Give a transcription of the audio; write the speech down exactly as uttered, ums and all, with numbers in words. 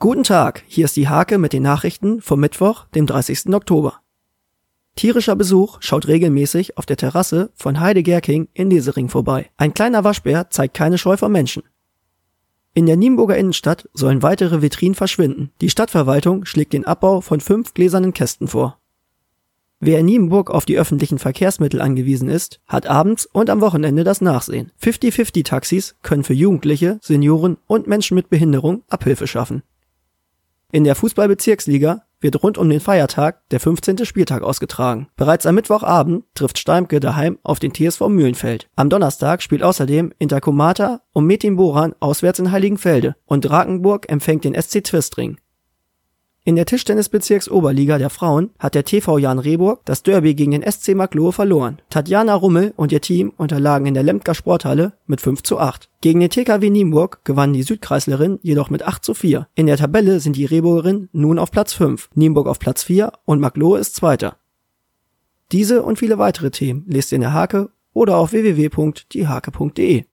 Guten Tag, hier ist die Hake mit den Nachrichten vom Mittwoch, dem dreißigsten Oktober. Tierischer Besuch schaut regelmäßig auf der Terrasse von Heide Gerking in Lesering vorbei. Ein kleiner Waschbär zeigt keine Scheu vor Menschen. In der Nienburger Innenstadt sollen weitere Vitrinen verschwinden. Die Stadtverwaltung schlägt den Abbau von fünf gläsernen Kästen vor. Wer in Nienburg auf die öffentlichen Verkehrsmittel angewiesen ist, hat abends und am Wochenende das Nachsehen. fünfzig fünfzig Taxis können für Jugendliche, Senioren und Menschen mit Behinderung Abhilfe schaffen. In der Fußball-Bezirksliga wird rund um den Feiertag der fünfzehnte Spieltag ausgetragen. Bereits am Mittwochabend trifft Steimke daheim auf den T S V Mühlenfeld. Am Donnerstag spielt außerdem Intercomata und Metin Boran auswärts in Heiligenfelde und Drakenburg empfängt den S C Twistring. In der Tischtennisbezirksoberliga der Frauen hat der T V Jan Rehburg das Derby gegen den S C Marklohe verloren. Tatjana Rummel und ihr Team unterlagen in der Lemker Sporthalle mit fünf zu acht. Gegen den T K W Nienburg gewannen die Südkreislerinnen jedoch mit acht zu vier. In der Tabelle sind die Rehburgerinnen nun auf Platz fünf, Nienburg auf Platz vier und Marklohe ist Zweiter. Diese und viele weitere Themen lest ihr in der Hake oder auf w w w punkt die hake punkt de.